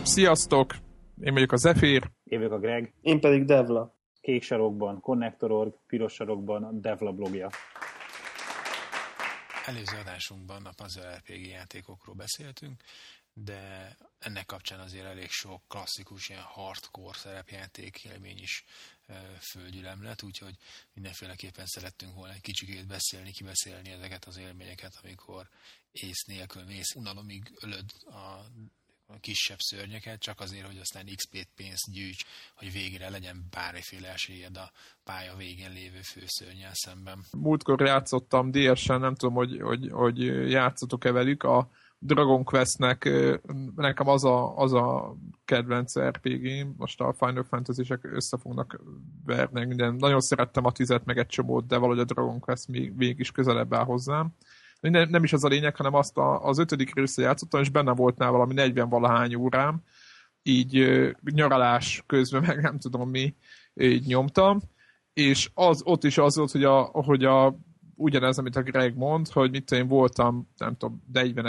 Sziasztok! Én vagyok a Zephyr. Én vagyok a Greg. Én pedig Devla. Kék sarokban Connector.org, piros sarokban a Devla blogja. Előző adásunkban a Puzzle RPG játékokról beszéltünk, de ennek kapcsán azért elég sok klasszikus, ilyen hardcore szerepjáték élmény is földgyűlöm lett, úgyhogy mindenféleképpen szerettünk volna egy kicsikét kibeszélni ezeket az élményeket, amikor ész nélkül mész, unalomig ölöd a kisebb szörnyeket, csak azért, hogy aztán XP-t pénzt gyűjts, hogy végre legyen bármiféle esélyed a pálya végén lévő főszörnnyel szemben. Múltkor játszottam DS-en, nem tudom, hogy játszotok-e velük, a Dragon Quest-nek nekem az a kedvenc RPG-m, most a Final Fantasy-sek össze fognak verni minden. Nagyon szerettem a 10-et meg egy csomót, de valahogy a Dragon Quest mégis közelebb áll hozzám. Nem is az a lényeg, hanem azt az 5. részre játszottam, és benne volt nála valami 40-valahány órám, így nyaralás közben, meg nem tudom mi, így nyomtam, és ott is az volt, hogy ugyanez, amit a Greg mond, hogy mit tudom, én voltam, nem tudom,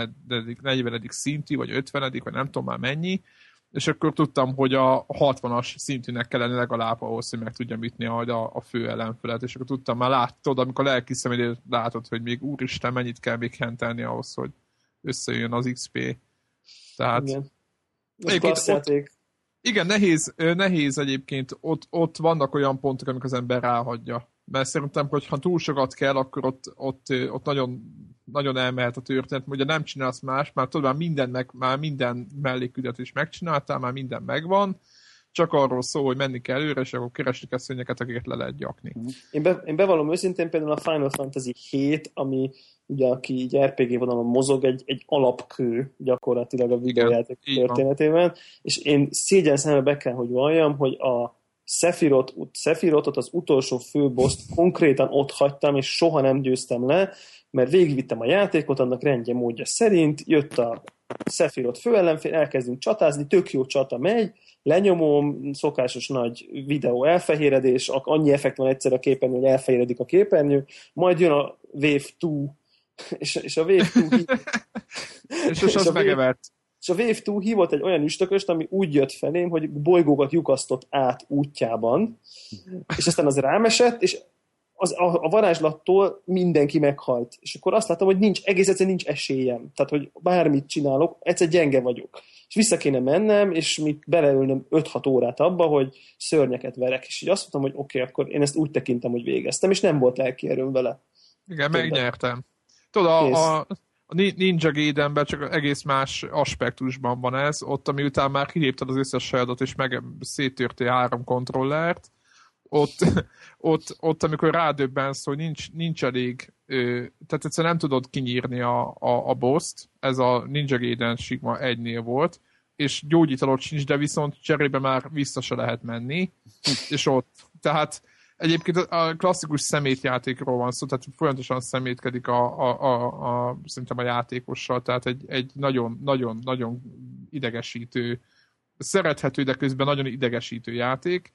40. szintű, vagy 50., vagy nem tudom már mennyi, és akkor tudtam, hogy a 60-as szintűnek kellene legalább ahhoz, hogy meg tudjam ütni a fő ellenfelet, és akkor tudtam, már láttad, amikor lelki személyét látod, hogy még úristen, mennyit kell még hentelni ahhoz, hogy összejön az XP. Tehát... Igen. Ez klassz játék. Igen, nehéz egyébként, ott vannak olyan pontok, amik az ember ráhagyja. Mert szerintem, hogy ha túl sokat kell, akkor ott nagyon, nagyon elmehet a történet. Ugye nem csinálsz más, már tudod, már minden mellékküldetés megcsináltál, már minden megvan, csak arról szól, hogy menni kell előre, és akkor keresik a szörnyeket, akiket le lehet gyakni. Én bevallom őszintén, például a Final Fantasy 7, ami ugye, aki így RPG vonalon mozog, egy alapkő gyakorlatilag a videójáték történetében, és én szégyen szembe be kell, hogy valljam, hogy a Sephirothot, az utolsó főboszt konkrétan ott hagytam, és soha nem győztem le, mert végigvittem a játékot, annak rendje módja szerint, jött a Sephiroth főellenfél, elkezdünk csatázni, tök jó csata megy, lenyomom, szokásos nagy videó elfehéredés, annyi effekt van egyszer a képernyő, hogy elfehéredik a képernyő, majd jön a Wave 2, és a Wave 2 és az megevert. És a Wave 2 hívott egy olyan üstököst, ami úgy jött felém, hogy bolygókat lyukasztott át útjában, és aztán az rámesett, és a varázslattól mindenki meghalt. És akkor azt láttam, hogy egész egyszerűen nincs esélyem. Tehát, hogy bármit csinálok, egyszer gyenge vagyok. És vissza kéne mennem, és beleülnöm 5-6 órát abba, hogy szörnyeket verek. És így azt mondtam, hogy oké, akkor én ezt úgy tekintem, hogy végeztem, és nem volt lelki erőm vele. Igen, megnyertem. Tudod, a Ninja Gaidenben csak egész más aspektusban van ez, ott, ami után már kilépted az összes sajadot, és széttörtél 3 kontrollert, ott amikor rádöbbensz, hogy nincs elég, tehát egyszerűen nem tudod kinyírni a boss-t, ez a Ninja Gaiden Sigma 1-nél volt, és gyógyítalod sincs, de viszont cserébe már vissza se lehet menni, és ott, tehát egyébként a klasszikus szemétjátékról van szó, tehát folyamatosan szemétkedik szerintem a játékossal, tehát egy nagyon idegesítő, szerethető, de közben nagyon idegesítő játék,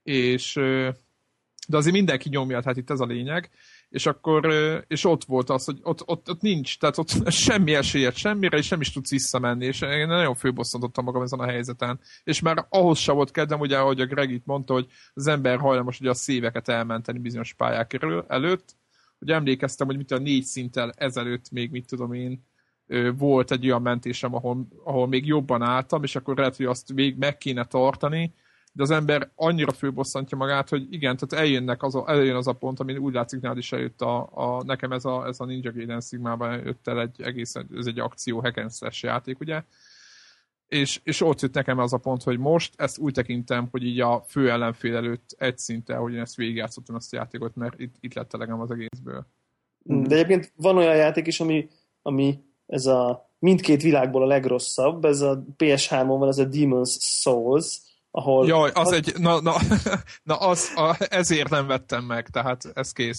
de azért mindenki nyomja, tehát itt ez a lényeg, és ott volt az, hogy ott nincs, tehát ott semmi esélyed semmire, és nem is tudsz visszamenni, és én nagyon főbosszantottam magam ezen a helyzeten. És már ahhoz sem volt kedvem, ugye, ahogy a Greg itt mondta, hogy az ember hajlamos ugye a szíveket elmenteni bizonyos pályák előtt. Ugye emlékeztem, hogy a 4 szinttel ezelőtt még, mit tudom én, volt egy olyan mentésem, ahol még jobban álltam, és akkor lehet, hogy azt még meg kéne tartani, de az ember annyira főbosszantja magát, hogy igen, tehát eljön az a pont, amin úgy látszik, nálad is eljött nekem ez a Ninja Gaiden Sigmában jött el ez egy akció hack and slash játék, ugye? És ott jött nekem az a pont, hogy most ezt úgy tekintem, hogy így a fő ellenfél előtt egy szinttel, hogy én ezt végigjátszottam ezt a játékot, mert itt lett elegem az egészből. De egyébként van olyan játék is, ami ez a mindkét világból a legrosszabb, ez a PS3-on van, ez a Demon's Souls, ahol... Jaj, ezért nem vettem meg, tehát ez kész.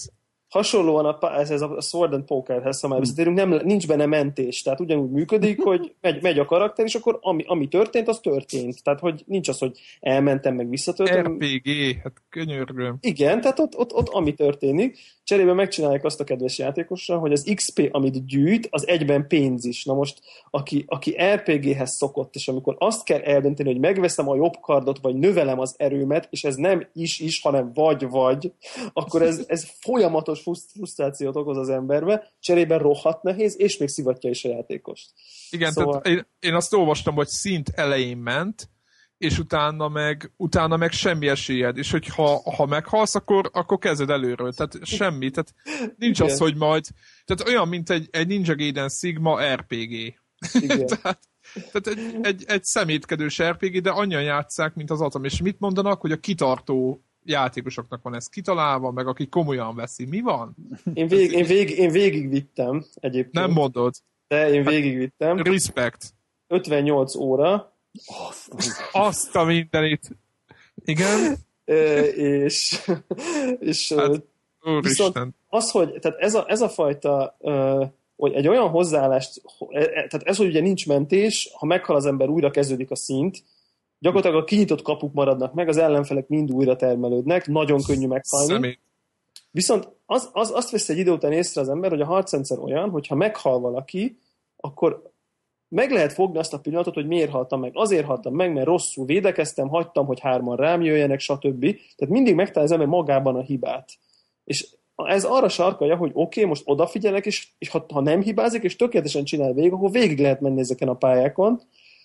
hasonlóan ez a Sword and Pokerhez, ha már beszélünk, nincs benne mentés, tehát ugyanúgy működik, hogy megy a karakter, és akkor ami történt, az történt. Tehát, hogy nincs az, hogy elmentem, meg visszatöltöm. RPG, hát könyörgöm. Igen, tehát ott ami történik, cserébe megcsinálják azt a kedves játékossal, hogy az XP, amit gyűjt, az egyben pénz is. Na most, aki RPG-hez szokott, és amikor azt kell eldönteni, hogy megveszem a jobb kardot, vagy növelem az erőmet, és ez nem is, hanem vagy, akkor ez folyamatos frusztrációt okoz az emberbe, cserében rohadt nehéz, és még szivatja is a játékost. Igen, szóval... tehát én azt olvastam, hogy szint elején ment, és utána meg semmi esélyed, és hogy ha meghalsz, akkor kezded előről, tehát semmi, tehát nincs igen. Az, hogy majd, tehát olyan, mint egy Ninja Gaiden Sigma RPG. Igen. tehát egy szemétkedős RPG, de annyian játsszák, mint az Atom, és mit mondanak, hogy a kitartó játékosoknak van ez kitalálva, meg aki komolyan veszi. Mi van? Én végigvittem egyébként. Nem mondod. De én végigvittem. Respect. 58 óra. Azt a mindenit. Igen? És hát, viszont az, hogy tehát ez a fajta hogy egy olyan hozzáállást, tehát ez, hogy ugye nincs mentés, ha meghal az ember, újra kezdődik a szint, gyakorlatilag a kinyitott kapuk maradnak meg, az ellenfelek mind újra termelődnek, nagyon könnyű meghalni. Személy. Viszont azt vesz egy idő után észre az ember, hogy a harcrendszer olyan, hogy ha meghal valaki, akkor meg lehet fogni azt a pillanatot, hogy miért haltam meg. Azért haltam meg, mert rosszul védekeztem, hagytam, hogy 3-an rám jöjjenek, stb. Tehát mindig megtalál az ember magában a hibát. És ez arra sarkalja, hogy oké, most odafigyelek, és ha nem hibázik, és tökéletesen csinál végig, akkor végig lehet menni ezeken a pályákon.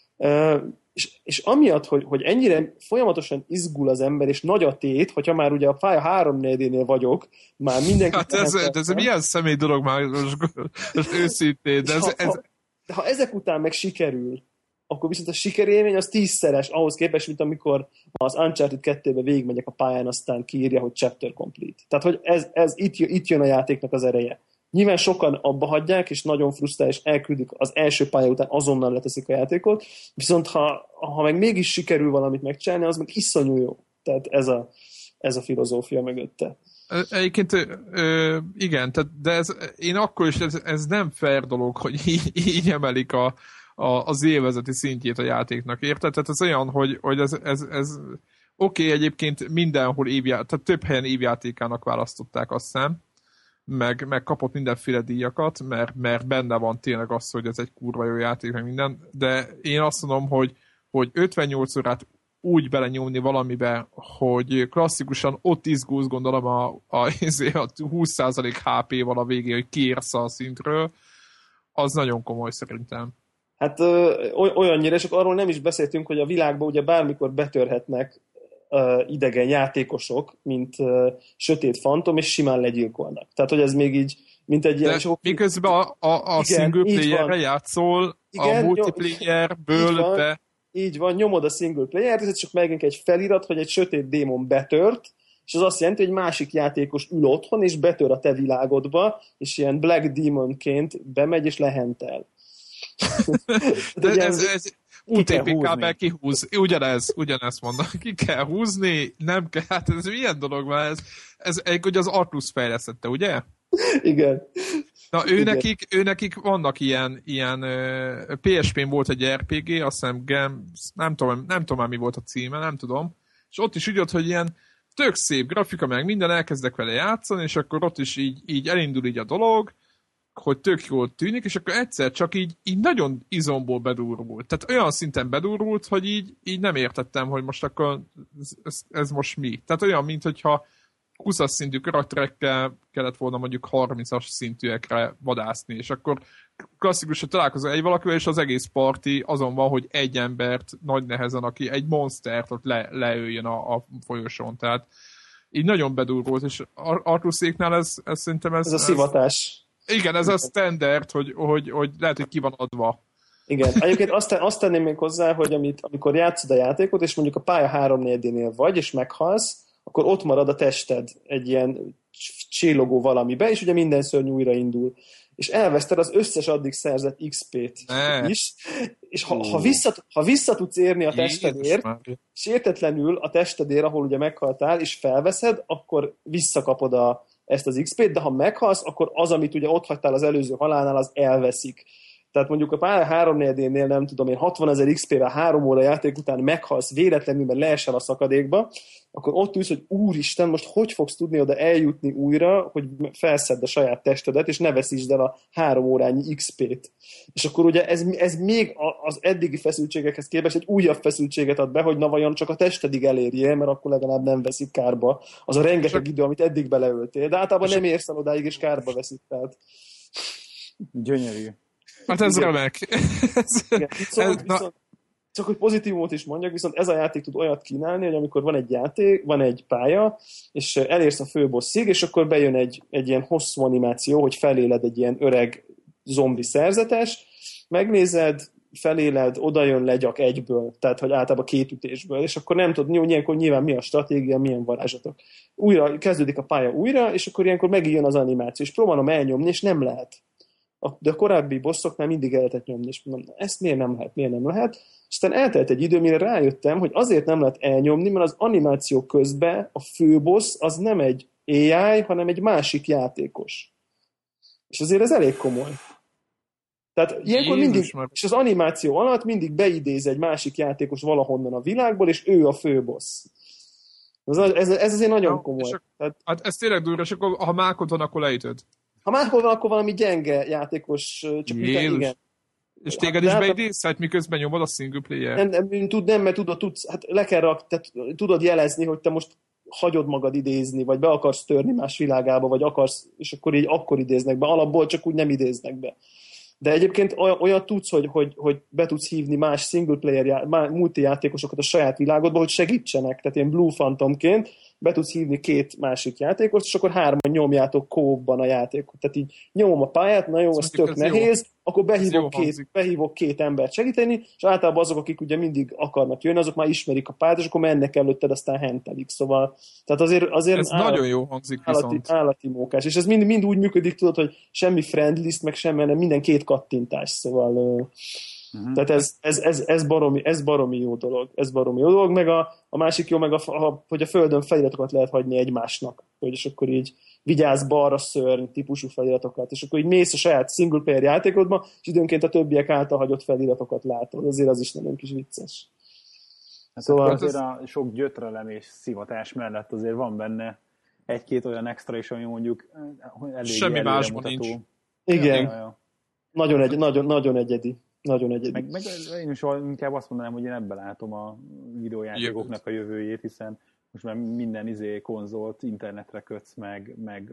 És amiatt, hogy ennyire folyamatosan izgul az ember, és nagy a tét, hogyha már ugye a pálya 3-4-nél vagyok, már mindenki... Hát ez milyen személy dolog már, most őszintén, de de ha ezek után meg sikerül, akkor viszont a sikerélmény az 10-szeres ahhoz képest, mint amikor az Uncharted 2-be végigmegyek a pályán, aztán kiírja, hogy chapter complete. Tehát, hogy ez itt jön a játéknak az ereje. Nyilván sokan abba hagyják, és nagyon frusztrál, és elküldik az első pálya után, azonnal leteszik a játékot, viszont ha meg mégis sikerül valamit megcsinálni, az meg iszonyú jó. Tehát ez a filozófia mögötte. Egyébként igen, de én akkor is ez nem fair dolog, hogy így emelik az élvezeti szintjét a játéknak, érted? Tehát ez olyan, hogy ez oké, egyébként mindenhol tehát több helyen évjátékának választották, azt hiszem, meg kapott mindenféle díjakat, mert benne van tényleg az, hogy ez egy kurva jó játék, meg minden, de én azt mondom, hogy 58 órát úgy belenyomni valamibe, hogy klasszikusan ott izgulsz, gondolom a 20% HP-val a végén, hogy kiérsz a szintről, az nagyon komoly szerintem. Hát olyannyira, és akkor arról nem is beszéltünk, hogy a világban ugye bármikor betörhetnek idegen játékosok, mint sötét fantom, és simán legyilkolnak. Tehát, hogy ez még így, mint egy ilyen... Miközben a single player-re játszol, igen, a multiplayerből be... Így van, nyomod a single player-t, ez csak megint egy felirat, hogy egy sötét démon betört, és az azt jelenti, hogy másik játékos ül otthon, és betör a te világodba, és ilyen Black Demonként bemegy, és lehentel. De ez UTP kábel kihúz. Ugyanezt mondom. Ki kell húzni, nem kell. Hát ez milyen dolog van ez ugye az Atlus fejlesztette, ugye? Igen. Na, őnekik vannak ilyen PSP-n volt egy RPG, azt hiszem nem tudom már mi volt a címe, nem tudom. És ott is úgy jött, hogy ilyen tök szép grafika, meg minden, elkezdek vele játszani, és akkor ott is így elindul így a dolog, hogy tök jól tűnik, és akkor egyszer csak így nagyon izomból bedurvult. Tehát olyan szinten bedurvult, hogy így nem értettem, hogy most akkor ez most mi. Tehát olyan, mint hogyha 20-as szintű karakterekkel kellett volna mondjuk 30-as szintűekre vadászni, és akkor klasszikusan találkozol egy valakivel, és az egész parti azon van, hogy egy embert nagy nehezen, aki egy monstert ott leöljön a folyosón. Tehát így nagyon bedurvult, és Artuszéknál ez szerintem ez a szivatás. Igen, ez a standard, hogy lehet, hogy ki van adva. Igen, egyébként azt tenném még hozzá, hogy amikor játszod a játékot, és mondjuk a pálya 3-4-nél vagy, és meghalsz, akkor ott marad a tested egy ilyen csillogó valamibe, és ugye minden szörny újraindul. És elveszted az összes addig szerzett XP-t is, és ha vissza tudsz érni a testedért, sértetlenül a testedért, ahol ugye meghaltál, és felveszed, akkor visszakapod ezt az XP-t, de ha meghalsz, akkor az, amit ugye ott hagytál az előző halálnál, az elveszik. Tehát mondjuk a pálya 3/4-nél nem tudom én 60 000 XP-vel 3 óra játék után meghalsz véletlenül, mert leesel a szakadékba, akkor ott ülsz, hogy úristen, most hogy fogsz tudni oda eljutni újra, hogy felszedd a saját testedet, és ne veszítsd el a 3 órányi XP-t. És akkor ugye ez még az eddigi feszültségekhez képest egy újabb feszültséget ad be, hogy na vajon csak a testedig elérjél, mert akkor legalább nem veszik kárba az a rengeteg idő, amit eddig beleöltél. De általában nem érsz el odáig, és kárba veszik. Tehát. Gyönyörű. Hát ez remek. Viszont, csak hogy pozitívumot is mondjak, viszont ez a játék tud olyat kínálni, hogy amikor van egy játék, van egy pálya, és elérsz a főbosszig, és akkor bejön egy ilyen hosszú animáció, hogy feléled egy ilyen öreg zombi szerzetes, megnézed, feléled, odajön legyak egyből, tehát hogy általában 2 ütésből, és akkor nem tudod, ilyenkor nyilván mi a stratégia, milyen varázslatok. Újra kezdődik a pálya újra, és akkor ilyenkor megjön az animáció, és próbálom elnyomni, és nem lehet. De a korábbi bosszoknál mindig el lehetett nyomni, és mondom, ezt miért nem lehet. Aztán eltelt egy idő, mire rájöttem, hogy azért nem lehet elnyomni, mert az animáció közben a főbossz az nem egy AI, hanem egy másik játékos. És azért ez elég komoly. Tehát ilyenkor mindig, és az animáció alatt mindig beidéz egy másik játékos valahonnan a világból, és ő a főbossz. Ez azért nagyon komoly. Hát ez tényleg durva, és akkor ha mákod van, akkor leütöd. Ha máshol van, akkor valami gyenge játékos, csak igen. És téged is beidéz? Hát miközben nyomod a single player? Nem, mert tudsz, hát le kell tehát tudod jelezni, hogy te most hagyod magad idézni, vagy be akarsz törni más világába, vagy akarsz, és akkor idéznek be. Alapból csak úgy nem idéznek be. De egyébként olyan tudsz, hogy be tudsz hívni más single player, multijátékosokat a saját világodba, hogy segítsenek. Tehát ilyen Blue Phantomként be tudsz hívni 2 másik játékost, és akkor 3-an nyomjátok co-ban a játékot. Tehát így nyomom a pályát, na jó, ez tök nehéz, jó. Akkor behívok 2 embert segíteni, és általában azok, akik ugye mindig akarnak jönni, azok már ismerik a pályát, és akkor mennek előtted, aztán hentelik. Szóval, tehát azért ez nagyon jó hangzik állati mókás. És ez mind úgy működik, tudod, hogy semmi friend list, meg semmi, hanem minden 2 kattintás. Szóval... Tehát ez baromi jó dolog. Ez baromi jó dolog, meg a másik jó, meg hogy a földön feliratokat lehet hagyni egymásnak. És akkor így vigyázz balra szörny típusú feliratokat, és akkor így mész a saját single player játékodba, és időnként a többiek által hagyott feliratokat látod. Azért az is nagyon kis vicces. Hát szóval azért a sok gyötrelem és szivatás mellett azért van benne 1-2 olyan extra is, ami mondjuk elég semmi másban nincs. Igen. Nagyon egyedi. Nagyon egyedi. Meg én is inkább azt mondanám, hogy én ebben látom a videójátékoknak a jövőjét, hiszen most már minden konzolt internetre kötsz meg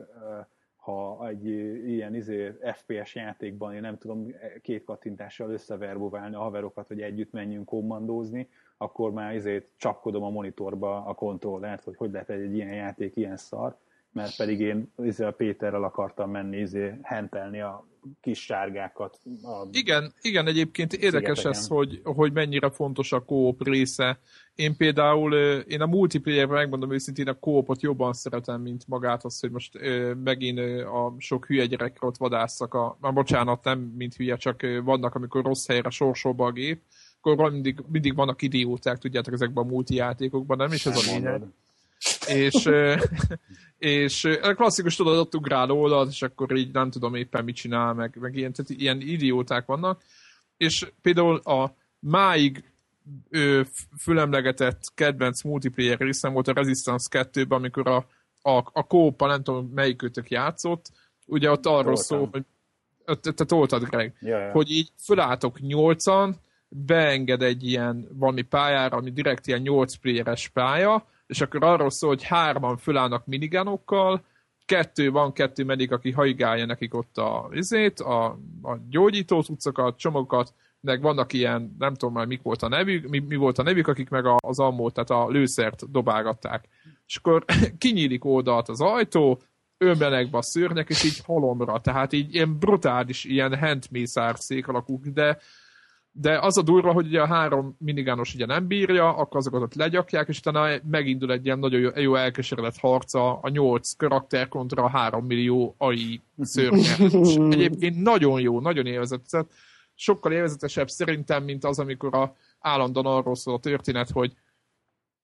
ha egy ilyen FPS játékban, én nem tudom 2 kattintással összeverboválni a haverokat, hogy együtt menjünk kommandózni, akkor már csapkodom a monitorba a kontrollert, hogy lehet egy ilyen játék ilyen szar, mert pedig én a Péterrel akartam menni hentelni a kis sárgákat. Igen, egyébként érdekes ez, hogy mennyire fontos a co-op része. Én például, a multiplayerben megmondom őszintén, a co-opot jobban szeretem, mint magát az, hogy most megint a sok hülye gyerekre ott vadásszak. Bocsánat, nem mint hülye, csak vannak, amikor rossz helyre sorsolba a gép, akkor mindig vannak idióták, tudjátok, ezekben a multi játékokban, nem? És ez a lényeg. És a klasszikus tudod, ott ugrál oldalt, és akkor így nem tudom éppen mit csinál, meg ilyen, tehát ilyen idióták vannak. És például a máig fülemlegetett kedvenc multiplayer részem volt a Resistance 2-ben, amikor a co-oppal nem tudom melyikőtök játszott, ugye ott arról szól, hogy te toltad, Greg, hogy így fölálltok 8-an, beenged egy ilyen valami pályára, ami direkt ilyen 8 playeres pálya, és akkor arról szól, hogy 3-an fölállnak miniganokkal, 2 medik, aki haigálja nekik ott a gyógyító cuccokat, csomagokat, meg vannak ilyen, nem tudom már mik volt a nevük, mi volt a nevük, akik meg az ammót, tehát a lőszert dobálgatták. És akkor kinyílik oldalt az ajtó, ömlenek be a szörnyek, és így halomra. Tehát így ilyen brutális, ilyen handmészárszék alakú, de az a durva, hogy ugye a 3 minigános ugye nem bírja, akkor azokat ott legyakják, és utána megindul egy ilyen nagyon jó elkeseredett harca a 8 karakter kontra a 3 millió AI szörnyek. Egyébként nagyon jó, nagyon élvezetes. Sokkal élvezetesebb szerintem, mint az, amikor állandóan arról szól a történet, hogy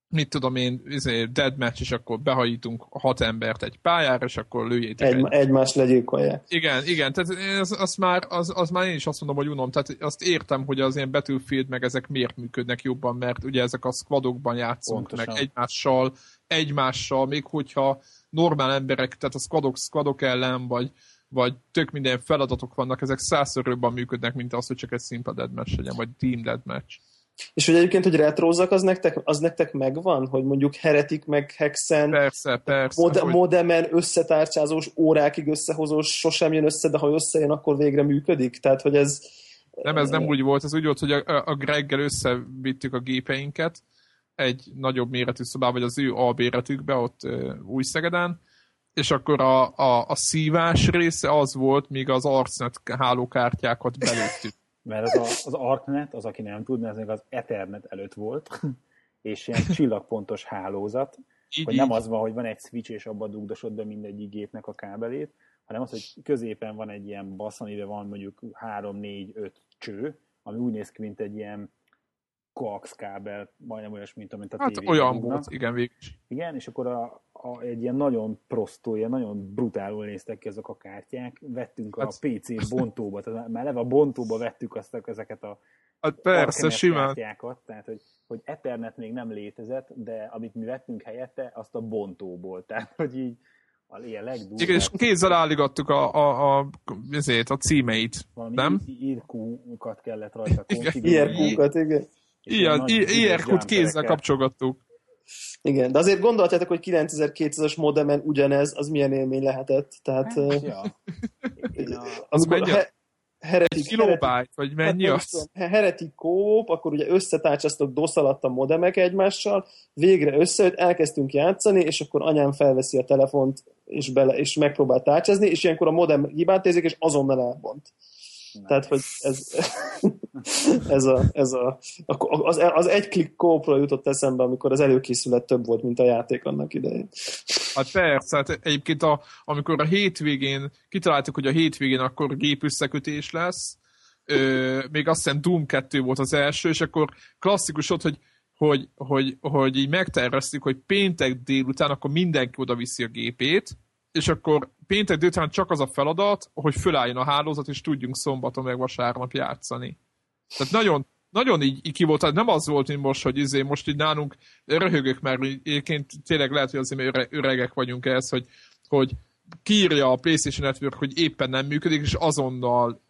mit tudom én, deadmatch, és akkor behajítunk 6 embert egy pályára, és akkor lőjétek egymást legyilkolják. Igen, tehát az már én is azt mondom, hogy unom, tehát azt értem, hogy az ilyen Battlefield meg ezek miért működnek jobban, mert ugye ezek a squadokban játszunk, pontosan. Meg egymással, még hogyha normál emberek, tehát a squadok ellen, vagy tök minden feladatok vannak, ezek 100-szor jobban működnek, mint az, hogy csak egy szimpla deadmatch legyen, vagy team deadmatch. És hogy egyébként, hogy retrozzak, az nektek megvan? Hogy mondjuk Heretic meg Hexen, persze, modemen összetárcsázós, órákig összehozós, sosem jön össze, de ha összejön, akkor végre működik? Tehát, hogy ez... Nem úgy volt, ez úgy volt, hogy a Greggel összevittük a gépeinket egy nagyobb méretű szobába, vagy az ő albéretükbe, ott Újszegeden, és akkor a szívás része az volt, míg az ArcNet hálókártyákat belőttük. Mert az ArcNet, az aki nem tudna, ez még az Ethernet előtt volt, és ilyen csillagpontos hálózat, hogy nem az van, hogy van egy switch, és abba dugdosod be mindegyik gépnek a kábelét, hanem az, hogy középen van egy ilyen bassz, amiben van mondjuk 3-4-5 cső, ami úgy néz ki, mint egy ilyen coax kábel, majdnem olyasmi, mint a tévében. Olyan volt, igen, végül. Igen, és akkor egy ilyen nagyon prostó, ilyen nagyon brutálul néztek ki azok a kártyák. Vettünk a PC bontóba, tehát már eleve a bontóba vettük ezeket a persze, simán kártyákat, tehát hogy Ethernet még nem létezett, de amit mi vettünk helyette, azt a bontóból. Tehát, hogy így ilyen legdurvább. Igen, és kézzel álligattuk a címeit, valami nem? IRQ-kat kellett rajta konfigurálni. IRQ-kat, igen. IRQ-t kézzel kapcsolgattuk. Igen, de azért gondolhatjátok, hogy 9200-as modemen ugyanez, az milyen élmény lehetett. Tehát, amikor egy kilobájt, vagy mennyi az? Heretic Co-op, akkor ugye összetárcsáztok DOS alatt a modemek egymással, végre összejött, elkezdtünk játszani, és akkor anyám felveszi a telefont, és megpróbál tárcsázni, és ilyenkor a modem hibát érzik, és azonnal elbont. Tehát, hogy az egy klik co-opról jutott eszembe, amikor az előkészület több volt, mint a játék annak idején. Hát persze, hát egyébként amikor a hétvégén, kitaláltuk, hogy a hétvégén akkor gépösszekötés lesz, még azt hiszem Doom 2 volt az első, és akkor klasszikus ott, hogy így megterveztük, hogy péntek délután akkor mindenki oda viszi a gépét, és akkor péntek délután csak az a feladat, hogy fölálljon a hálózat, és tudjunk szombaton meg vasárnap játszani. Tehát nagyon, nagyon így ki volt, tehát nem az volt, mint most, hogy most így nálunk röhögök, mert egyébként tényleg lehet, hogy azért öregek vagyunk ehhez, hogy kiírja a PlayStation Network, hogy éppen nem működik, és azonnal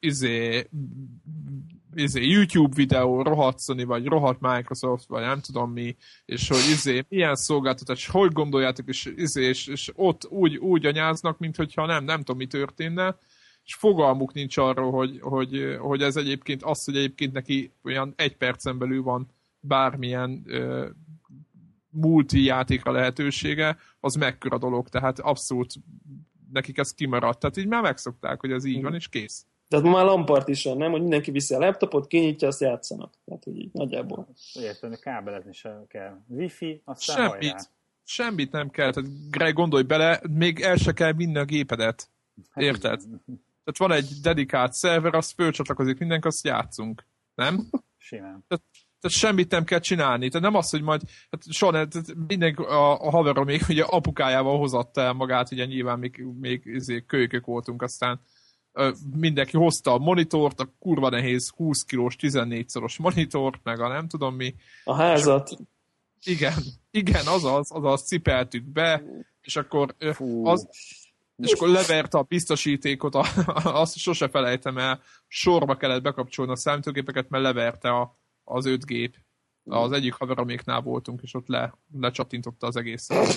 YouTube videó, rohadt Sony, vagy rohadt Microsoft, vagy nem tudom mi, és hogy milyen szolgáltatás, hogy gondoljátok, és ott úgy anyáznak, mint hogyha nem tudom, mi történne, és fogalmuk nincs arról, hogy ez egyébként az, hogy egyébként neki olyan 1 percen belül van bármilyen multi játékra lehetősége, az mekkora dolog, tehát abszolút nekik ez kimaradt. Tehát így már megszokták, hogy ez így van, és kész. Tehát már Lampart is van, nem? Hogy mindenki viszi a laptopot, kinyitja, azt játszanak. Tehát, hogy így nagyjából. Értem, hogy kábelezni sem kell. Wi-Fi, aztán Semmit nem kell. Tehát Greg, gondolj bele, még el se kell vinni a gépedet. Érted? Tehát van egy dedikált szerver, azt fölcsatlakozik mindenki, azt játszunk. Nem? Simán. Tehát semmit nem kell csinálni. Tehát nem az, hogy majd soha mindenki a haverom még ugye apukájával hozatta el magát, ugye nyilván még kölykök voltunk, aztán mindenki hozta a monitort, a kurva nehéz 20 kilós 14-szoros monitort, meg a nem tudom mi. A házat. Igen, azaz cipeltük be, és akkor és akkor leverte a biztosítékot, azt sose felejtem el, sorba kellett bekapcsolni a számítógépeket, mert leverte az 5 gép. Az egyik haveroméknál voltunk, és ott lecsattintotta az egészet.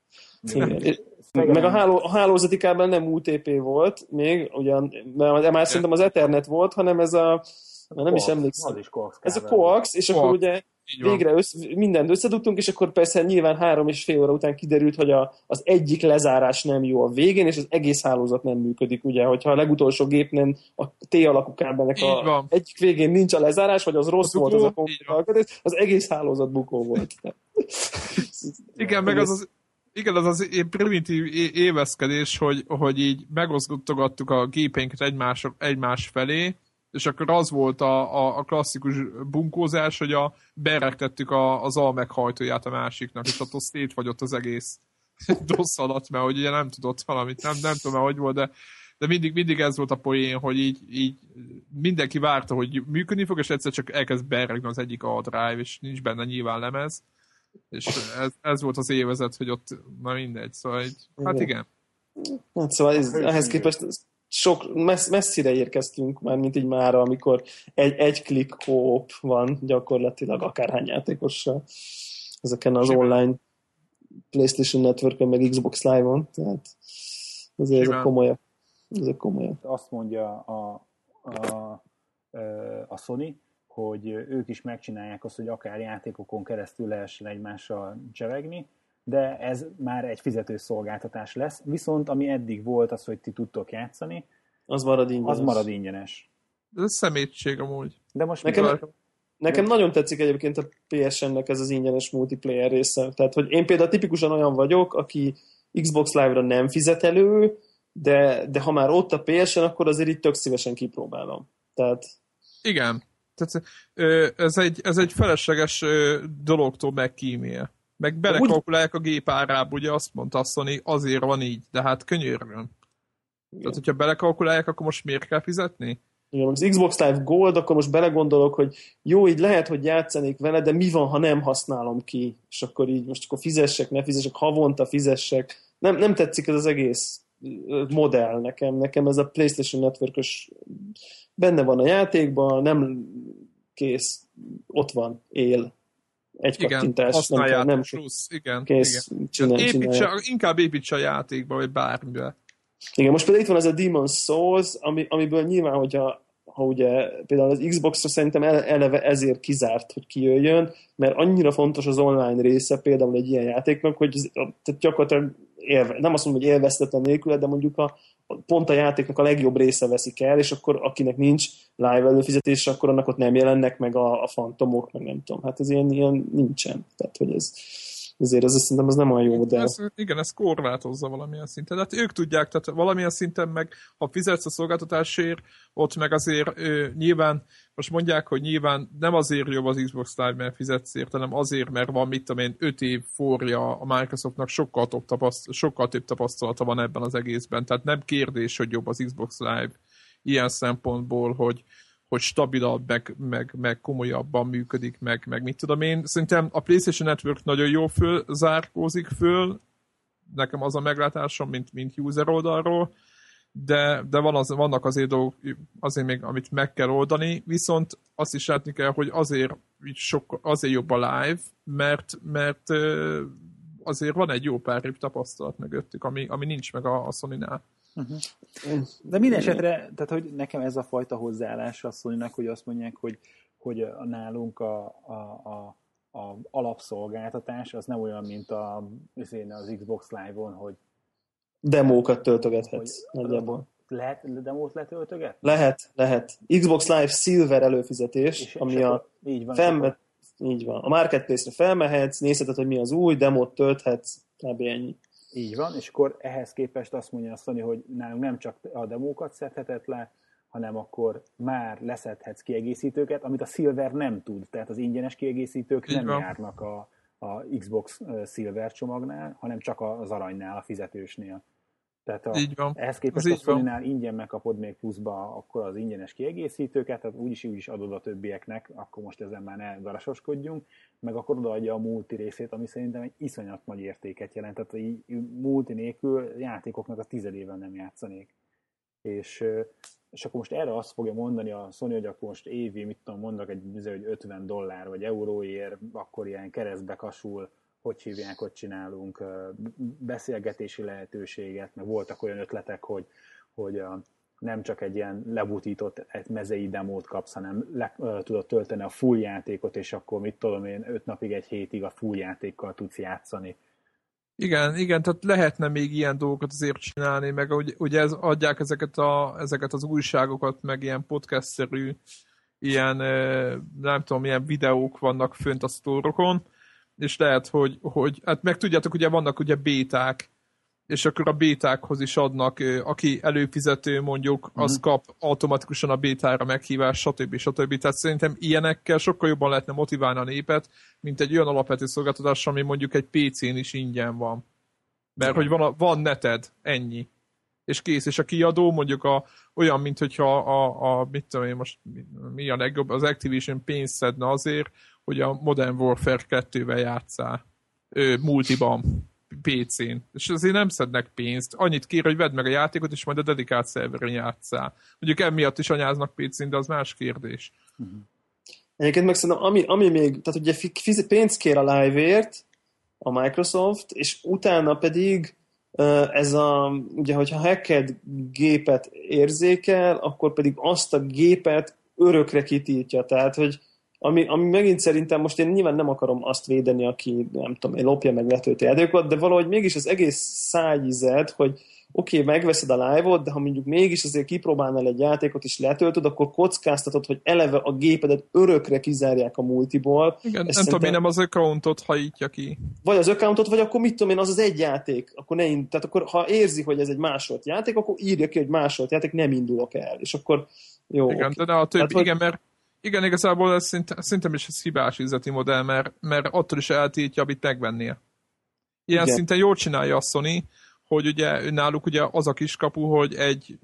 Meg a hálózati kábel nem UTP volt még, ugyan, mert már szerintem az Ethernet volt, hanem ez nem is emlékszem. Ez a coax, és akkor ugye végre mindent összedugtunk, és akkor persze nyilván 3,5 óra után kiderült, hogy az egyik lezárás nem jó a végén, és az egész hálózat nem működik, ugye, hogyha a legutolsó gépnél a T-alakú kábelnek egyik végén nincs a lezárás, vagy az rossz volt az a konfigurálás, az egész hálózat bukó volt. Igen, meg az primitív éveszkedés, hogy így megosztogattuk a gépeinket egymás felé, És akkor az volt a klasszikus bunkózás, hogy berektettük az A meghajtóját a másiknak, és attól szétfagyott az egész DOS alatt, mert hogy ugye nem tudott valamit, nem tudom, hogy volt, de mindig ez volt a poén, hogy így mindenki várta, hogy működni fog, és egyszer csak elkezd beregni az egyik A drive, és nincs benne nyilván lemez. És ez volt az évezet, hogy ott, na mindegy, szóval hát igen. Hát szóval ehhez képest sok messzire érkeztünk már, mint így mára, amikor egy klik co-op van gyakorlatilag akárhány játékossal ezeken az online PlayStation Network-en, meg Xbox Live-on, tehát azért ezek komolyak. Azt mondja a Sony, hogy ők is megcsinálják azt, hogy akár játékokon keresztül lehessen egymással csevegni, de ez már egy fizetős szolgáltatás lesz. Viszont ami eddig volt az, hogy ti tudtok játszani, az marad ingyenes. Ez szemétség amúgy. De most nekem nagyon tetszik egyébként a PSN-nek ez az ingyenes multiplayer része. Tehát, hogy én például tipikusan olyan vagyok, aki Xbox Live-ra nem fizet elő, de ha már ott a PSN, akkor azért itt tök szívesen kipróbálom. Tehát... Igen. Tehát, ez egy felesleges dologtól megkímél. Meg belekalkulálják a gép árába, ugye azt mondta a Sony, azért van így, de hát könyörgöm. Tehát, hogyha belekalkulálják, akkor most miért kell fizetni? Igen, az Xbox Live Gold, akkor most belegondolok, hogy jó, így lehet, hogy játszanék vele, de mi van, ha nem használom ki? És akkor így most akkor fizessek, ne fizessek, havonta fizessek. Nem tetszik ez az egész modell nekem ez a PlayStation Network-ös benne van a játékban, nem kész, ott van, él. Egy kattintás. Nem plusz, igen. Kész, igen. Inkább építse a játékba, vagy bármibe. Igen, most például itt van ez a Demon's Souls, amiből nyilván, ha ugye például az Xbox-ra szerintem eleve ezért kizárt, hogy kijöjjön, mert annyira fontos az online része például egy ilyen játéknak, hogy tehát gyakorlatilag nem azt mondom, hogy élveztetlen nélküle, de mondjuk pont a játéknak a legjobb része veszik el, és akkor akinek nincs live előfizetés, akkor annak ott nem jelennek meg a fantomok, meg nem tudom. Hát ez ilyen nincsen. Tehát, hogy ezért szerintem ez nem olyan jó, de... Ez korlátozza valamilyen szinten. Tehát ők tudják, tehát valamilyen szinten meg, ha fizetsz a szolgáltatásért, ott meg azért nyilván, most mondják, hogy nyilván nem azért jobb az Xbox Live, mert fizetsz ért, hanem azért, mert van, mit tudom én, 5 év forja a Microsoftnak, sokkal több tapasztalata van ebben az egészben. Tehát nem kérdés, hogy jobb az Xbox Live ilyen szempontból, hogy stabilabb, meg komolyabban működik, meg mit tudom én. Szerintem a PlayStation Network nagyon jól zárkózik föl, nekem az a meglátásom, mint user oldalról, de vannak azért dolgok, azért még, amit meg kell oldani, viszont azt is látni kell, hogy azért jobb a live, mert azért van egy jó pár év tapasztalat mögöttük, ami nincs meg a Sony-nál. Uh-huh. De minden esetre, tehát hogy nekem ez a fajta hozzáállás a Sony-nak, hogy azt mondják, hogy nálunk a alapszolgáltatás az nem olyan, mint az Xbox Live-on, hogy demókat töltögethetsz nagyjából. Lehet demót letöltöget? Lehet. Xbox Live Silver előfizetés, ami így van. A Marketplace-re felmehetsz, nézheted, hogy mi az új, demót tölthetsz, kb. Ennyi. Így van, és akkor ehhez képest azt mondja a Sony, hogy nálunk nem csak a demókat szedheted le, hanem akkor már leszedhetsz kiegészítőket, amit a Silver nem tud. Tehát az ingyenes kiegészítők nem járnak a Xbox Silver csomagnál, hanem csak az aranynál, a fizetősnél. Tehát ehhez képest a Sony-nál ingyen megkapod még pluszba akkor az ingyenes kiegészítőket, tehát úgyis adod a többieknek, akkor most ezen már ne garasoskodjunk, meg akkor odaadja a multi részét, ami szerintem egy iszonyat nagy értéket jelent. Tehát így multi nélkül játékoknak a 10 éven nem játszanék. És akkor most erre azt fogja mondani a Sony, hogy akkor most évi, mit tudom, mondok hogy $50 vagy euróért, akkor ilyen keresztbe kasul, hogy hívják, hogy csinálunk beszélgetési lehetőséget, meg voltak olyan ötletek, hogy nem csak egy ilyen lebutított mezei demót kapsz, hanem tudod tölteni a full játékot, és akkor mit tudom én, 5 napig, 1 hétig a full játékkal tudsz játszani. Igen, tehát lehetne még ilyen dolgokat azért csinálni, meg ugye adják ezeket az újságokat, meg ilyen podcast-szerű, ilyen, nem tudom, ilyen videók vannak fönt a sztórokon, és lehet, hogy hát meg tudjátok, ugye vannak ugye béták, és akkor a bétákhoz is adnak, aki előfizető mondjuk, az kap automatikusan a bétára meghívás, stb. Tehát szerintem ilyenekkel sokkal jobban lehetne motiválni a népet, mint egy olyan alapvető szolgáltatás, ami mondjuk egy PC-n is ingyen van. Mert hogy van neted, ennyi. És kész, és a kiadó mondjuk olyan, mint hogyha mit tudom én most, mi a legjobb, az Activision pénzt szedne azért, hogy a Modern Warfare 2-vel játsszál multiban, PC-n. És azért nem szednek pénzt. Annyit kér, hogy vedd meg a játékot, és majd a dedikált szerveren játsszál. Mondjuk emiatt is anyáznak PC-n, de az más kérdés. Egyébként meg szerintem, ami még, tehát ugye pénzt kér a Live-ért a Microsoft, és utána pedig ez ugye, hogyha hacked gépet érzékel, akkor pedig azt a gépet örökre kitiltja. Tehát, hogy ami megint szerintem most én nyilván nem akarom azt védeni, aki nem tudom, lopja meg letölti játékokat, de valahogy mégis az egész szájízed, hogy oké, megveszed a Live-ot, de ha mondjuk mégis azért kipróbálnál egy játékot és letöltöd, akkor kockáztatod, hogy eleve a gépedet örökre kizárják a multiból. Igen, nem tudom, nem az accountot hajítja ki. Vagy az accountot, vagy akkor mit tudom én, az egy játék. Akkor tehát akkor ha érzi, hogy ez egy másolt játék, akkor írja ki, hogy másolt játék, nem indulok el. És akkor jó. Igen, okay. De a többi, tehát, igen, mert igen, igazából ez szerintem is ez hibás üzleti modell, mert attól is eltiltja, amit megvennél. Ilyen igen. Szinten jól csinálja a Sony, hogy ugye náluk ugye az a kiskapu, hogy egy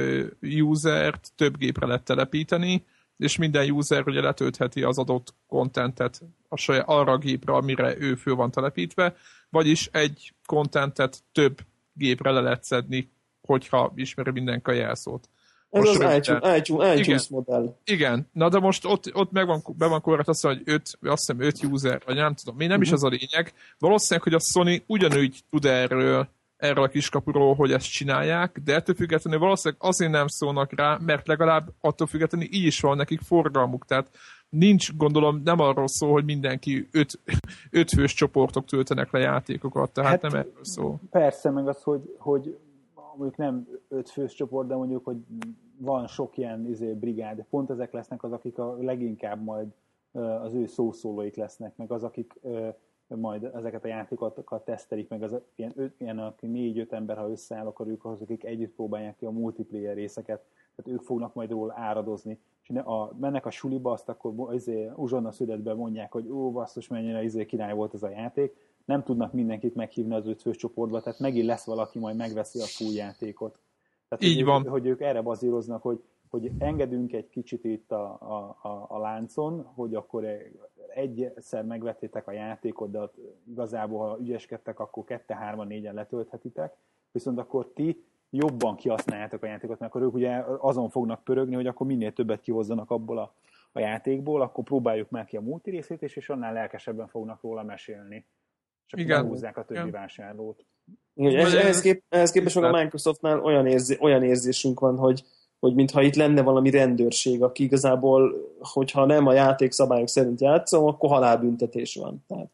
usert több gépre lehet telepíteni, és minden user ugye letöltheti az adott contentet arra a gépre, amire ő föl van telepítve, vagyis egy contentet több gépre le lehet szedni, hogyha ismeri mindenki a jelszót. Ez az iTunes modell. Igen, na de most ott be van korrekt azt mondja, hogy azt hiszem 5 user, vagy nem tudom, mi nem is az a lényeg. Valószínűleg, hogy a Sony ugyanúgy tud erről a kiskapuról, hogy ezt csinálják, de ettől függetlenül valószínűleg azért nem szólnak rá, mert legalább attól függetlenül így is van nekik forgalmuk, tehát nincs, gondolom, nem arról szól, hogy mindenki 5 fős csoportok töltenek le játékokat, tehát hát nem erről szól. Persze, meg az, hogy mondjuk nem 5 fős csoport, de mondjuk, hogy van sok ilyen brigád, pont ezek lesznek az, akik a leginkább majd az ő szószólóik lesznek, meg az, akik majd ezeket a játékokat tesztelik, meg az ilyen 4-5 ember, ha összeáll, akkor ők azok, akik együtt próbálják ki a multiplayer részeket, tehát ők fognak majd róla áradozni. És mennek a suliba, azt akkor uzsonna születben mondják, hogy basszus, mennyire király volt ez a játék. Nem tudnak mindenkit meghívni az 5 fős csoportba, tehát megint lesz valaki, majd megveszi a full játékot. Tehát, így van. Hogy ők erre bazíroznak, hogy engedünk egy kicsit itt a láncon, hogy akkor egyszer megvettétek a játékot, de igazából, ha ügyeskedtek, akkor 2-3-4-en letölthetitek, viszont akkor ti jobban kihasználjátok a játékot, mert akkor ők ugye azon fognak pörögni, hogy akkor minél többet kihozzanak abból a játékból, akkor próbáljuk már ki a multi részét, és annál lelkesebben fognak róla mesélni. Csak behúzzák a többi vásárlót. Ehhez képest meg a Microsoftnál olyan érzésünk van, hogy mintha itt lenne valami rendőrség, aki igazából, hogyha nem a játékszabályok szerint játszom, akkor halálbüntetés van. Tehát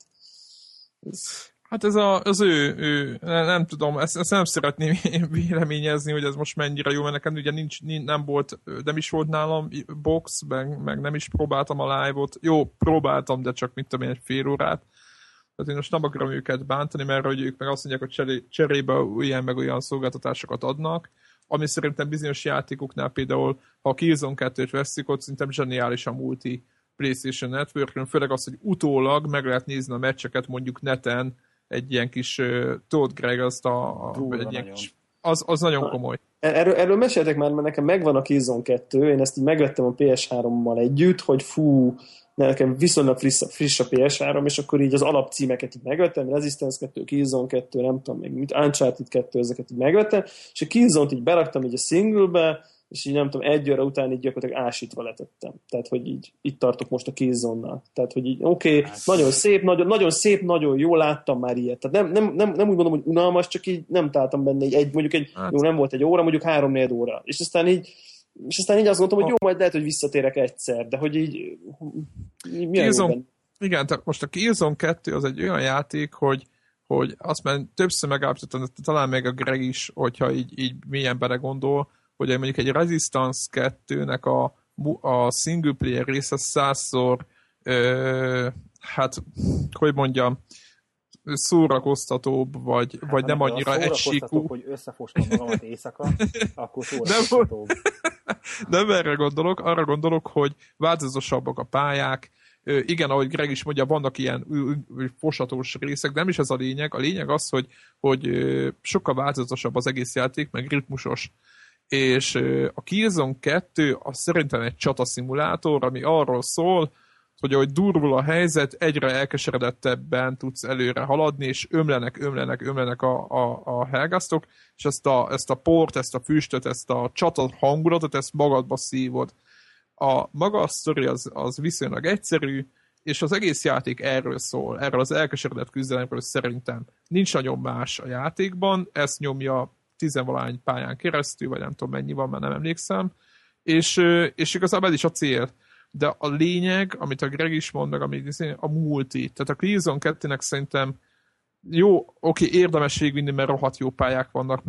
hát ez az ő nem tudom, ezt nem szeretném véleményezni, hogy ez most mennyire jó, mert nekem ugye nem is volt nálam box, meg nem is próbáltam a live-ot. Jó, próbáltam, de csak mit tudom én, egy fél órát. Tehát én most nem akarom őket bántani, mert hogy ők meg azt mondják, hogy cserébe ilyen meg olyan szolgáltatásokat adnak, ami szerintem bizonyos játékoknál például, ha a Killzone 2-t veszik, ott szerintem zseniális a multi PlayStation Network-ön, főleg az, hogy utólag meg lehet nézni a meccseket mondjuk neten, egy ilyen kis Todd Greg, egy ilyen kis, az nagyon komoly. Erről meséltek már, mert nekem megvan a Killzone 2, én ezt így megvettem a PS3-mal együtt, hogy nekem viszonylag friss a PS3, és akkor így az alapcímeket így megvettem, Resistance 2, Killzone 2, nem tudom még mit, Uncharted 2, ezeket így megvettem, és a Killzone-t így beraktam így a singlebe, és így nem tudom, 1 óra után így gyakorlatilag ásítva letettem. Tehát, hogy így itt tartok most a Killzone-nál. Tehát, hogy így oké, nagyon szép, nagyon jól láttam már ilyet. Tehát nem úgy mondom, hogy unalmas, csak így nem találtam benne jó, nem volt 1 óra, mondjuk 3-4 óra. És aztán így azt gondoltam, hogy jó, majd lehet, hogy visszatérek egyszer, de hogy így igen, tehát most a Killzone 2 az egy olyan játék, hogy azt már többször megállapítottam, talán meg a Greg is, hogyha így mélyen belegondol, hogy mondjuk egy Resistance 2-nek a single player része 100-szor, hát, hogy mondjam, szórakoztatóbb, vagy nem annyira egysíkú. Hogy összefostam magamat éjszaka, akkor szórakoztatóbb. Nem erre gondolok, arra gondolok, hogy változatosabbak a pályák. Igen, ahogy Greg is mondja, vannak ilyen fosatós részek, de nem is ez a lényeg. A lényeg az, hogy sokkal változatosabb az egész játék, meg ritmusos. És a Killzone 2 az szerintem egy csataszimulátor, ami arról szól, hogy ahogy durvul a helyzet, egyre elkeseredettebben tudsz előre haladni, és ömlenek a hellgasztok, és ezt a port, ezt a füstöt, ezt a csata hangulatot, ezt magadba szívod. A maga a sztori az viszonylag egyszerű, és az egész játék erről szól, erről az elkeseredett küzdelemről szerintem. Nincs nagyon más a játékban, ezt nyomja 10-valány pályán keresztül, vagy nem tudom mennyi van, már nem emlékszem, és igazából ez is a cél. De a lényeg, amit a Greg is mond, meg amit a multi. Tehát a Killzone 2-nek szerintem jó, érdemes végigvinni, mert rohadt jó pályák vannak,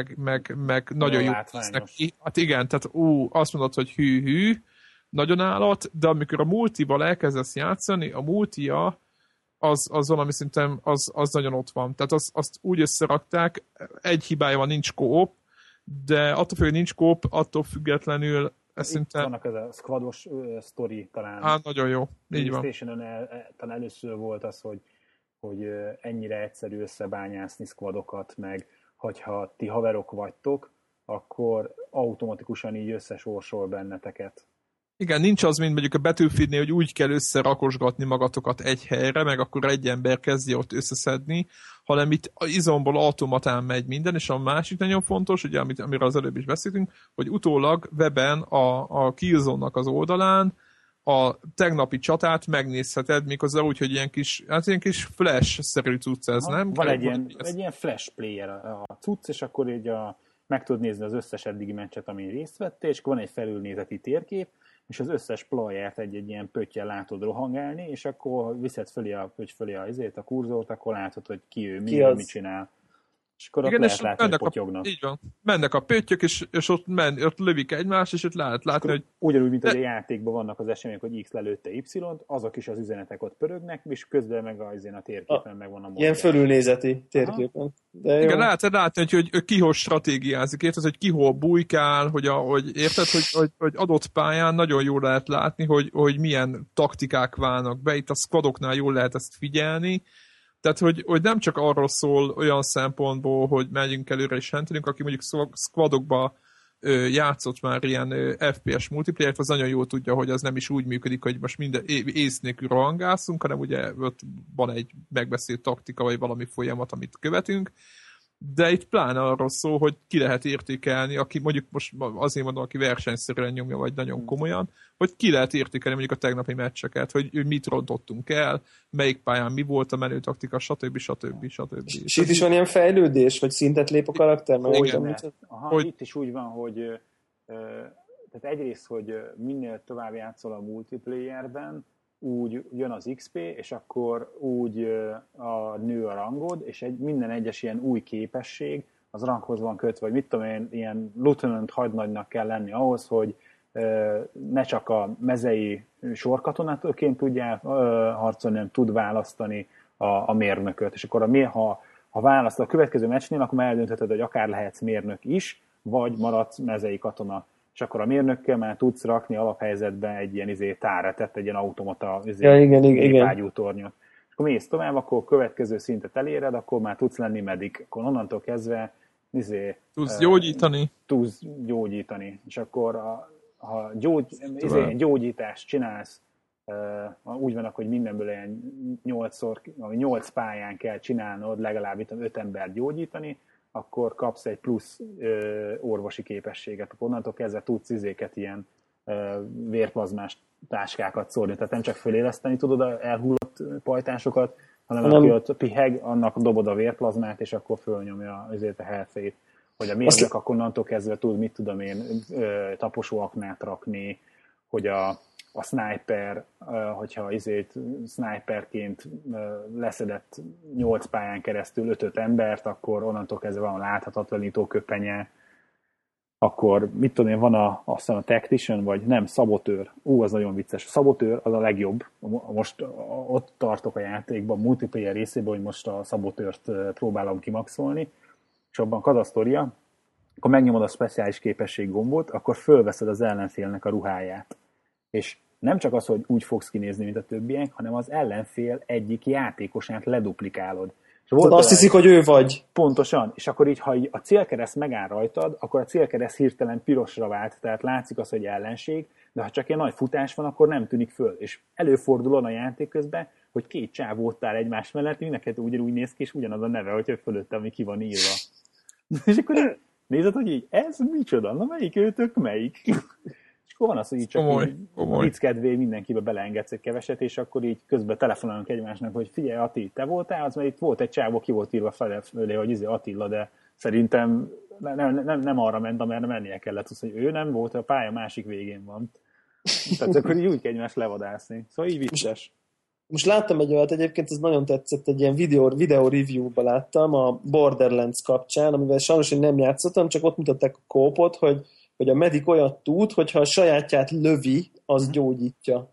meg nagyon jó néznek ki. Hát igen, tehát azt mondod, hogy hű, nagyon állat, de amikor a multival elkezdesz játszani, a multia az valami szinten az nagyon ott van. Tehát azt úgy összerakták, egy hibája van, nincs co-op, de attól függ, hogy nincs co-op, attól függetlenül Itt vannak ez a squados sztori talán. Hát nagyon jó, így van. Talán először volt az, hogy ennyire egyszerű összebányászni squadokat, meg hogyha ti haverok vagytok, akkor automatikusan így összesorsol benneteket. Igen, nincs az, mint mondjuk a Battlefieldnél, hogy úgy kell összerakosgatni magatokat egy helyre, meg akkor egy ember kezdje ott összeszedni, hanem itt izomból automatán megy minden, és a másik nagyon fontos, ugye, amiről az előbb is beszéltünk, hogy utólag weben a Killzone-nak az oldalán a tegnapi csatát megnézheted, méghozzá úgy, hogy ilyen kis flash-szerű cucc ez, nem? Van egy ilyen flash player a cucc, és akkor így meg tudod nézni az összes eddigi meccset, amin részt vettél, és akkor van egy felülnézeti térkép, és az összes playert egy ilyen pöttyel látod rohangálni, és akkor viszed fölé a kurzort, akkor látod, hogy ki ő, mit csinál. És akkor igen, ott lehet látni, hogy potyognak. Így van. Mennek a pöttyök, és ott lövik egymást, és ott lehet látni, hogy... Ugyanúgy, mint hogy a játékban vannak az események, hogy X lelőtte Y-t, azok is az üzenetek ott pörögnek, és közben meg a térképen megvan a mozgás. Ilyen fölülnézeti térképen. De igen, lehet látni, hogy ki hol stratégiázik, érted, hogy ki hol bujkál, hogy érted, hogy adott pályán nagyon jól lehet látni, hogy milyen taktikák válnak be, itt a squadoknál jól lehet ezt figyelni. Tehát, hogy nem csak arról szól olyan szempontból, hogy megyünk előre és hentelünk, aki mondjuk squadokba játszott már ilyen FPS multiplayer-t, az nagyon jól tudja, hogy az nem is úgy működik, hogy most minden ész nélkül rohangászunk, hanem ugye ott van egy megbeszélt taktika, vagy valami folyamat, amit követünk, de itt pláne arról szól, hogy ki lehet értékelni, aki mondjuk most azért mondom, aki versenyszerűen nyomja, vagy nagyon komolyan, hogy ki lehet értékelni mondjuk a tegnapi meccseket, hogy mit rontottunk el, melyik pályán mi volt a menő taktika, stb. És itt is van ilyen fejlődés, hogy szintet lép a karakter? Itt is úgy van, hogy tehát egyrészt, hogy minél tovább játszol a multiplayerben, úgy jön az XP, és akkor úgy nő a rangod, és minden egyes ilyen új képesség az ranghoz van kötve, vagy mit tudom én, ilyen lieutenant hadnagynak kell lenni ahhoz, hogy ne csak a mezei sorkatonaként tudjál harcolni, nem tud választani a mérnököt. És akkor ha választ a következő meccsnél, akkor már eldöntheted, hogy akár lehetsz mérnök is, vagy maradsz mezei katona. És akkor a mérnökkel már tudsz rakni alaphelyzetben egy ilyen táretet, egy ilyen automata ágyú tornyot. És akkor mész tovább, akkor a következő szintet eléred, akkor már tudsz lenni medic. Akkor onnantól kezdve tudsz gyógyítani. Tudsz gyógyítani. És akkor ha gyógyítást csinálsz, úgy vannak, hogy mindenből ilyen 8 pályán kell csinálnod, legalább 5 embert gyógyítani, akkor kapsz egy plusz orvosi képességet. Onnantól kezdve tudsz ilyen vérplazmás táskákat szórni. Tehát nem csak föléleszteni tudod a elhullott pajtásokat, hanem aki ott piheg, annak dobod a vérplazmát, és akkor fölnyomja a health-ét. Hogy a mérnök akkor onnantól kezdve tud, mit tudom én, taposóaknát rakni, hogy a sniper, hogyha sniperként leszedett 8 pályán keresztül 5 embert, akkor onnantól kezdve van láthatatlanító köpenye. akkor mit tudom én, van aztán a Tactician, vagy nem, Szabotőr. Az nagyon vicces. A Szabotőr az a legjobb. Most ott tartok a játékban, multiplayer részében, hogy most a Szabotőrt próbálom kimaxolni, és abban katasztória, akkor megnyomod a speciális képesség gombot, akkor fölveszed az ellenfélnek a ruháját. És nem csak az, hogy úgy fogsz kinézni, mint a többiek, hanem az ellenfél egyik játékosát leduplikálod. Azt hiszik, hogy ő vagy. Pontosan. És akkor így, ha így a célkereszt megáll rajtad, akkor a célkereszt hirtelen pirosra vált, tehát látszik az, hogy ellenség, de ha csak egy nagy futás van, akkor nem tűnik föl. És előfordul a játék közben, hogy két csávó ott áll egymás mellett, mindenket ugyanúgy néz ki, és ugyanaz a neve, hogyha fölötte, ami ki van írva. És akkor nézed, hogy így, ez micsoda? Na melyik őtök, melyik? És akkor van az, hogy így csak vicckedvé mindenkibe beleengedsz egy keveset, és akkor így közben telefonálunk egymásnak, hogy figyelj, Ati, te voltál? Az, mert itt volt egy csávó, ki volt írva felé, hogy Attila, de szerintem nem arra ment, amerre mennie kellett, az, hogy ő nem volt, a pálya másik végén van. Tehát akkor így úgy kell egymást levadászni. Szóval így vicces. Most láttam egy olyat, egyébként ez nagyon tetszett, egy ilyen videó review-ba láttam a Borderlands kapcsán, amivel sajnos én nem játszottam, csak ott mutatták a kópot, hogy a medic olyat tud, hogyha a sajátját lövi, az gyógyítja.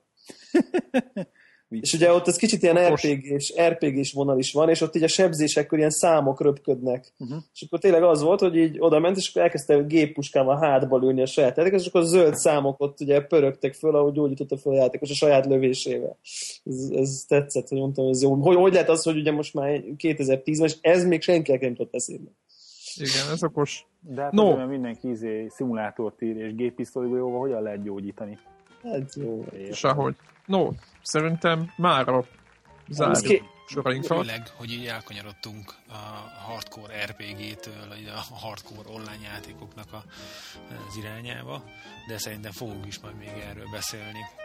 És ugye ott ez kicsit ilyen RPG-s vonal is van, és ott így a sebzésekkor ilyen számok röpködnek. És akkor tényleg az volt, hogy így oda ment, és akkor elkezdte géppuskával hátba lőni a saját játékos, és akkor a zöld számok ott ugye pörögtek föl, ahogy gyógyította föl a játékos a saját lövésével. Ez tetszett, hogy mondtam, hogy ez jó. Hogy lehet az, hogy ugye most már 2010-ben, és ez még senki nem tudott eszébe. Igen, ez okos. De hát azért, mindenki szimulátort ír, és géppisztolygolyóval hogyan lehet gyógyítani? Hát jó. Sehogy. No, szerintem mára zárjuk sorainkat. Főleg, hogy így elkanyarodtunk a hardcore RPG-től, a hardcore online játékoknak az irányába, de szerintem fogunk is majd még erről beszélni